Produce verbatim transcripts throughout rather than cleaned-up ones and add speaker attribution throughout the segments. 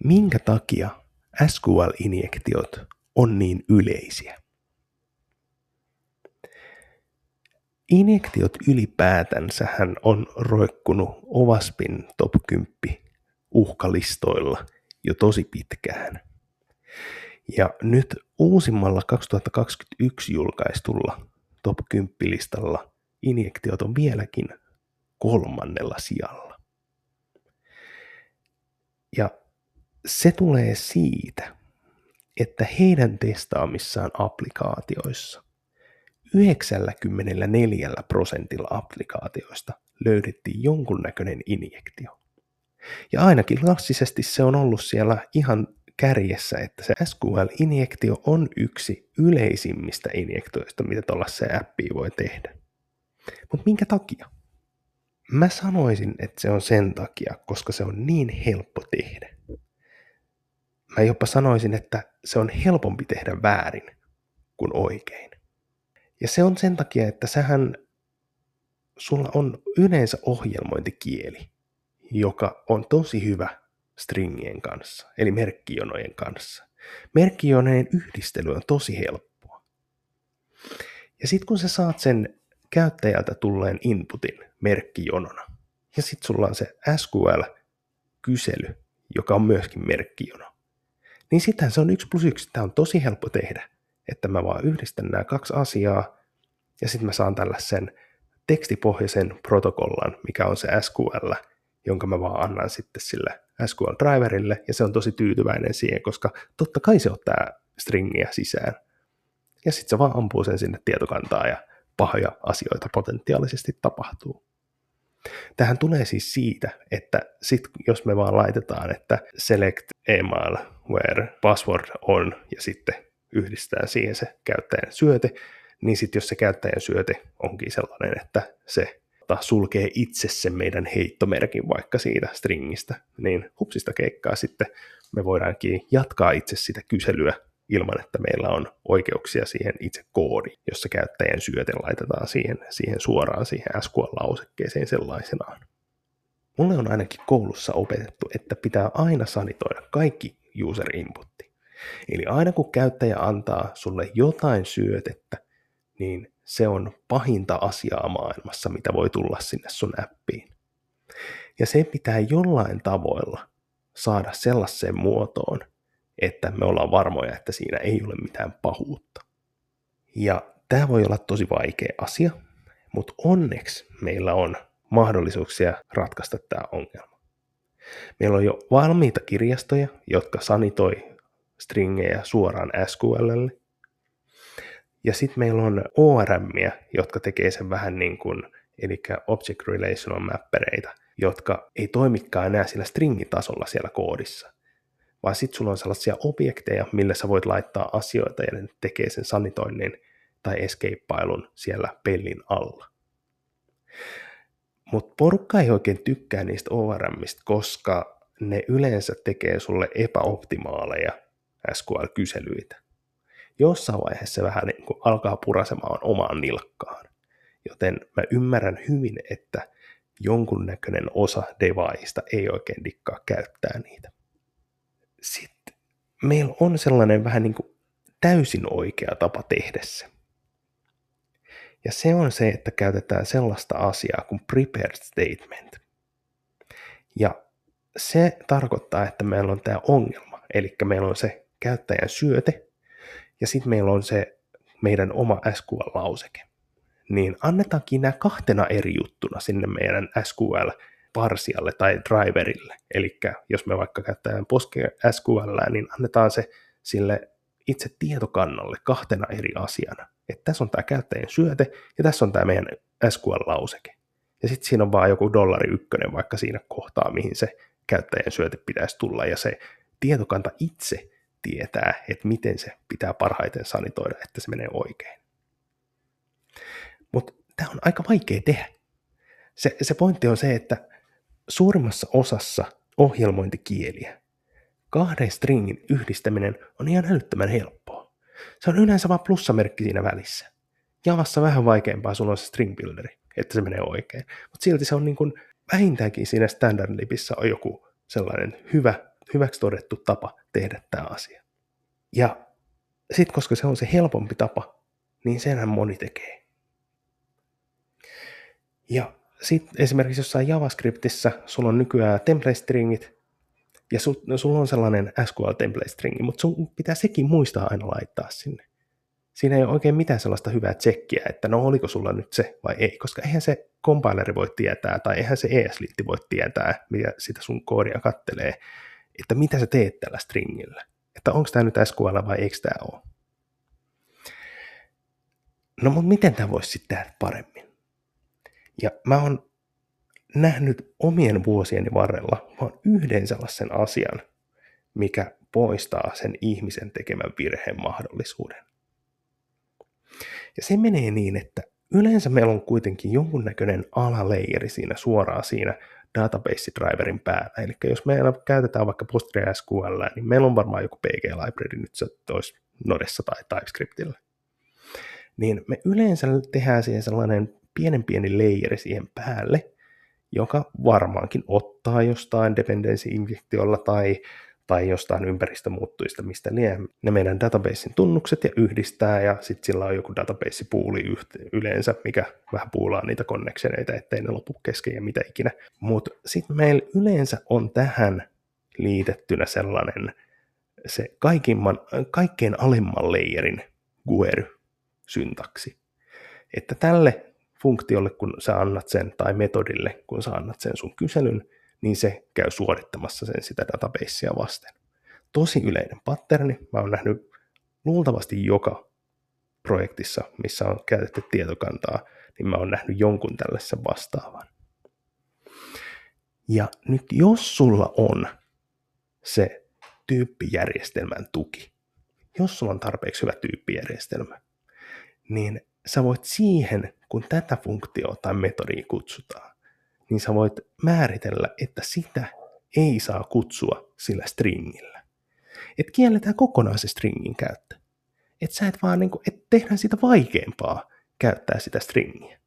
Speaker 1: Minkä takia S Q L-injektiot on niin yleisiä? Injektiot ylipäätänsähän on roikkunut OWASPin top kymmenen uhkalistoilla jo tosi pitkään. Ja nyt uusimmalla kaksituhattakaksikymmentäyksi julkaistulla top kymmenen listalla injektiot on vieläkin kolmannella sijalla. Ja se tulee siitä, että heidän testaamissaan applikaatioissa yhdeksänkymmentäneljä prosentilla applikaatioista löydettiin jonkunnäköinen injektio. Ja ainakin klassisesti se on ollut siellä ihan kärjessä, että se S Q L-injektio on yksi yleisimmistä injektioista, mitä tuollaiseen appiin voi tehdä. Mutta minkä takia? Mä sanoisin, että se on sen takia, koska se on niin helppo tehdä. Mä jopa sanoisin, että se on helpompi tehdä väärin kuin oikein. Ja se on sen takia, että sähän, sulla on yleensä ohjelmointikieli, joka on tosi hyvä stringien kanssa, eli merkkijonojen kanssa. Merkkijonojen yhdistely on tosi helppoa. Ja sitten kun sä saat sen käyttäjältä tulleen inputin merkkijonona, ja sitten sulla on se S Q L-kysely, joka on myöskin merkkijono, niin sittenhän se on yksi plus yksi. Tämä on tosi helppo tehdä, että mä vaan yhdistän nämä kaksi asiaa, ja sitten mä saan tällaisen tekstipohjaisen protokollan, mikä on se S Q L, jonka mä vaan annan sitten sille S Q L-driverille, ja se on tosi tyytyväinen siihen, koska totta kai se ottaa stringiä sisään. Ja sitten se vaan ampuu sen sinne tietokantaan, ja pahoja asioita potentiaalisesti tapahtuu. Tähän tulee siis siitä, että sit jos me vaan laitetaan, että select email where password on, ja sitten yhdistetään siihen se käyttäjän syöte, niin sitten jos se käyttäjän syöte onkin sellainen, että se sulkee itse sen meidän heittomerkin vaikka siitä stringistä, niin hupsista keikkaa sitten me voidaankin jatkaa itse sitä kyselyä ilman, että meillä on oikeuksia siihen itse koodiin, jossa käyttäjän syöte laitetaan siihen, siihen suoraan siihen S Q L-lausekkeeseen sellaisenaan. Mulle on ainakin koulussa opetettu, että pitää aina sanitoida kaikki user inputti. Eli aina kun käyttäjä antaa sulle jotain syötettä, niin se on pahinta asiaa maailmassa, mitä voi tulla sinne sun appiin. Ja se pitää jollain tavoilla saada sellaiseen muotoon, että me ollaan varmoja, että siinä ei ole mitään pahuutta. Ja tämä voi olla tosi vaikea asia, mutta onneksi meillä on mahdollisuuksia ratkaista tämä ongelma. Meillä on jo valmiita kirjastoja, jotka sanitoi stringejä suoraan S Q L:lle. Ja sitten meillä on O R M:iä, jotka tekee sen vähän niin kuin, eli Object Relational Mappereita, jotka ei toimikaan enää sillä stringitasolla siellä koodissa, vaan sitten sulla on sellaisia objekteja, millä sä voit laittaa asioita ja ne tekee sen sanitoinnin tai escapeailun siellä pellin alla. Mutta porukka ei oikein tykkää niistä O R M:istä, koska ne yleensä tekee sulle epäoptimaaleja S Q L-kyselyitä. Jossain vaiheessa se vähän niin kuin alkaa purasemaan omaan nilkkaan. Joten mä ymmärrän hyvin, että jonkunnäköinen osa devaajista ei oikein dikkaa käyttää niitä. Sitten meillä on sellainen vähän niin kuin täysin oikea tapa tehdä se. Ja se on se, että käytetään sellaista asiaa kuin prepared statement. Ja se tarkoittaa, että meillä on tämä ongelma, eli meillä on se käyttäjän syöte, ja sitten meillä on se meidän oma S Q L-lauseke. Niin annetaankin nämä kahtena eri juttuna sinne meidän S Q L-parsialle tai driverille. Eli jos me vaikka käytetään Postgre S Q L, niin annetaan se sille itse tietokannalle kahtena eri asiana. Että tässä on tämä käyttäjän syöte ja tässä on tämä meidän S Q L-lauseke. Ja sitten siinä on vaan joku dollari ykkönen vaikka siinä kohtaa, mihin se käyttäjän syöte pitäisi tulla. Ja se tietokanta itse tietää, että miten se pitää parhaiten sanitoida, että se menee oikein. Mutta tämä on aika vaikea tehdä. Se, se pointti on se, että suurimmassa osassa ohjelmointikieliä kahden stringin yhdistäminen on ihan älyttömän helppoa. Se on yleensä vaan plussamerkki siinä välissä. Javassa vähän vaikeampaa, sulla on se string builderi, että se menee oikein. Mutta silti se on niin kuin vähintäänkin siinä standard libissä on joku sellainen hyvä, hyväksi todettu tapa tehdä tämä asia. Ja sitten koska se on se helpompi tapa, niin senhän moni tekee. Ja sitten esimerkiksi jossain JavaScriptissä sulla on nykyään template-stringit, ja sul, no, sulla on sellainen S Q L-template-stringi, mutta sun pitää sekin muistaa aina laittaa sinne. Siinä ei ole oikein mitään sellaista hyvää tsekkiä, että no oliko sulla nyt se vai ei, koska eihän se compileri voi tietää, tai eihän se E S Lint voi tietää, mitä sitä sun koodia kattelee, että mitä sä teet tällä stringillä. Että onko tämä nyt S Q L vai eikö tämä ole. No mutta miten tämä voisi sitten tehdä paremmin? Ja mä oon nähnyt omien vuosieni varrella vaan yhden sellaisen asian, mikä poistaa sen ihmisen tekemän virheen mahdollisuuden. Ja se menee niin, että yleensä meillä on kuitenkin jonkunnäköinen alaleijeri siinä suoraan siinä database-driverin päällä. Eli jos meillä käytetään vaikka PostgreSQL, niin meillä on varmaan joku P G-library, nyt se olisi Nodessa tai TypeScriptillä. Niin me yleensä tehdään siihen sellainen pienen pieni leijeri siihen päälle, joka varmaankin ottaa jostain dependency-injektiolla tai, tai jostain ympäristömuuttujista, mistä liian ne meidän databasein tunnukset ja yhdistää, ja sitten sillä on joku database-puuli yleensä, mikä vähän puulaa niitä connectioneita, ettei ne lopu kesken ja mitä ikinä. Mutta sitten meillä yleensä on tähän liitettynä sellainen se kaikimman, kaikkein alimman leijerin guery-syntaksi. Että tälle funktiolle, kun sä annat sen, tai metodille, kun sä annat sen sun kyselyn, niin se käy suorittamassa sen sitä databasea vasten. Tosi yleinen patterni. Mä oon nähnyt luultavasti joka projektissa, missä on käytetty tietokantaa, niin mä oon nähnyt jonkun tällaisen vastaavan. Ja nyt jos sulla on se tyyppijärjestelmän tuki, jos sulla on tarpeeksi hyvä tyyppijärjestelmä, niin sä voit siihen, kun tätä funktioa tai metodia kutsutaan, niin sä voit määritellä, että sitä ei saa kutsua sillä stringillä. Et kielletään kokonaan se stringin käyttö. Et sä et vaan, niin kuin, et tehdään sitä vaikeampaa käyttää sitä stringiä.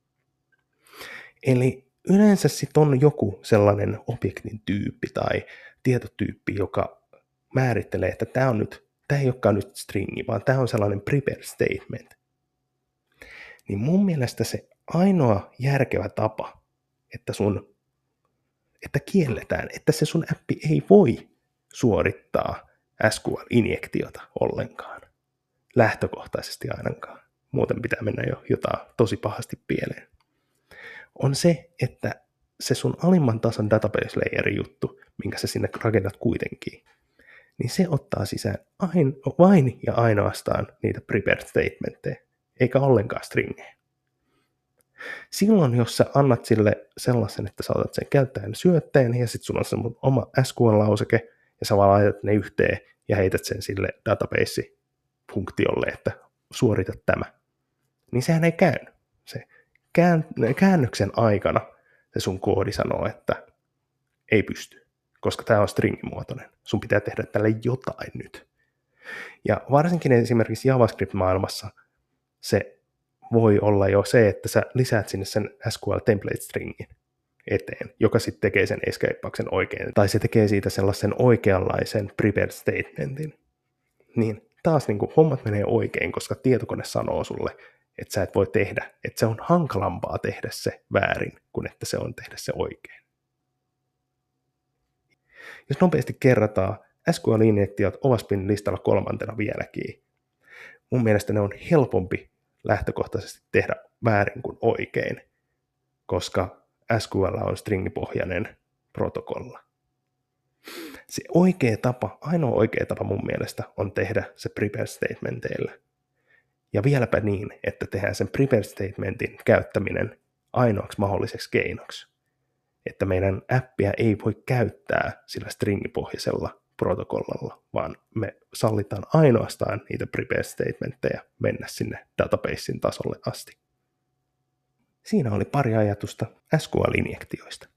Speaker 1: Eli yleensä sit on joku sellainen objektin tyyppi tai tietotyyppi, joka määrittelee, että tämä on nyt, tämä ei olekaan nyt stringi, vaan tämä on sellainen prepare statement. Niin mun mielestä se ainoa järkevä tapa, että sun, että kielletään, että se sun appi ei voi suorittaa S Q L-injektiota ollenkaan. Lähtökohtaisesti ainakaan. Muuten pitää mennä jo jotain tosi pahasti pieleen. On se, että se sun alimman tason database layerin juttu, minkä sä sinne rakennat kuitenkin, niin se ottaa sisään ain, vain ja ainoastaan niitä prepared statementteja, eikä ollenkaan stringejä. Silloin, jos sä annat sille sellaisen, että sä otat sen käyttäjän syötteen, ja sitten sulla on se oma S Q L-lauseke, ja sä vaan laitat ne yhteen, ja heität sen sille database-funktiolle, että suorita tämä, niin sehän ei käy. Se käännöksen aikana se sun koodi sanoo, että ei pysty, koska tämä on stringimuotoinen. Sun pitää tehdä tälle jotain nyt. Ja varsinkin esimerkiksi JavaScript-maailmassa se voi olla jo se, että sä lisäät sinne sen S Q L-template-stringin eteen, joka sitten tekee sen escapeauksen oikein, tai se tekee siitä sellaisen oikeanlaisen prepared statementin. Niin taas niin kuin hommat menee oikein, koska tietokone sanoo sulle, että sä et voi tehdä, että se on hankalampaa tehdä se väärin, kuin että se on tehdä se oikein. Jos nopeasti kerrataan, S Q L-injektiot OWASPin listalla kolmantena vieläkin. Mun mielestä ne on helpompi lähtökohtaisesti tehdä väärin kuin oikein, koska S Q L on stringipohjainen protokolla. Se oikea tapa, ainoa oikea tapa mun mielestä on tehdä se prepare statementeillä. Ja vieläpä niin, että tehdään sen prepare statementin käyttäminen ainoaksi mahdolliseksi keinoksi. Että meidän appia ei voi käyttää sillä stringipohjaisella protokollalla, vaan me sallitaan ainoastaan niitä prepare statementteja mennä sinne databasein tasolle asti. Siinä oli pari ajatusta S Q L-injektioista.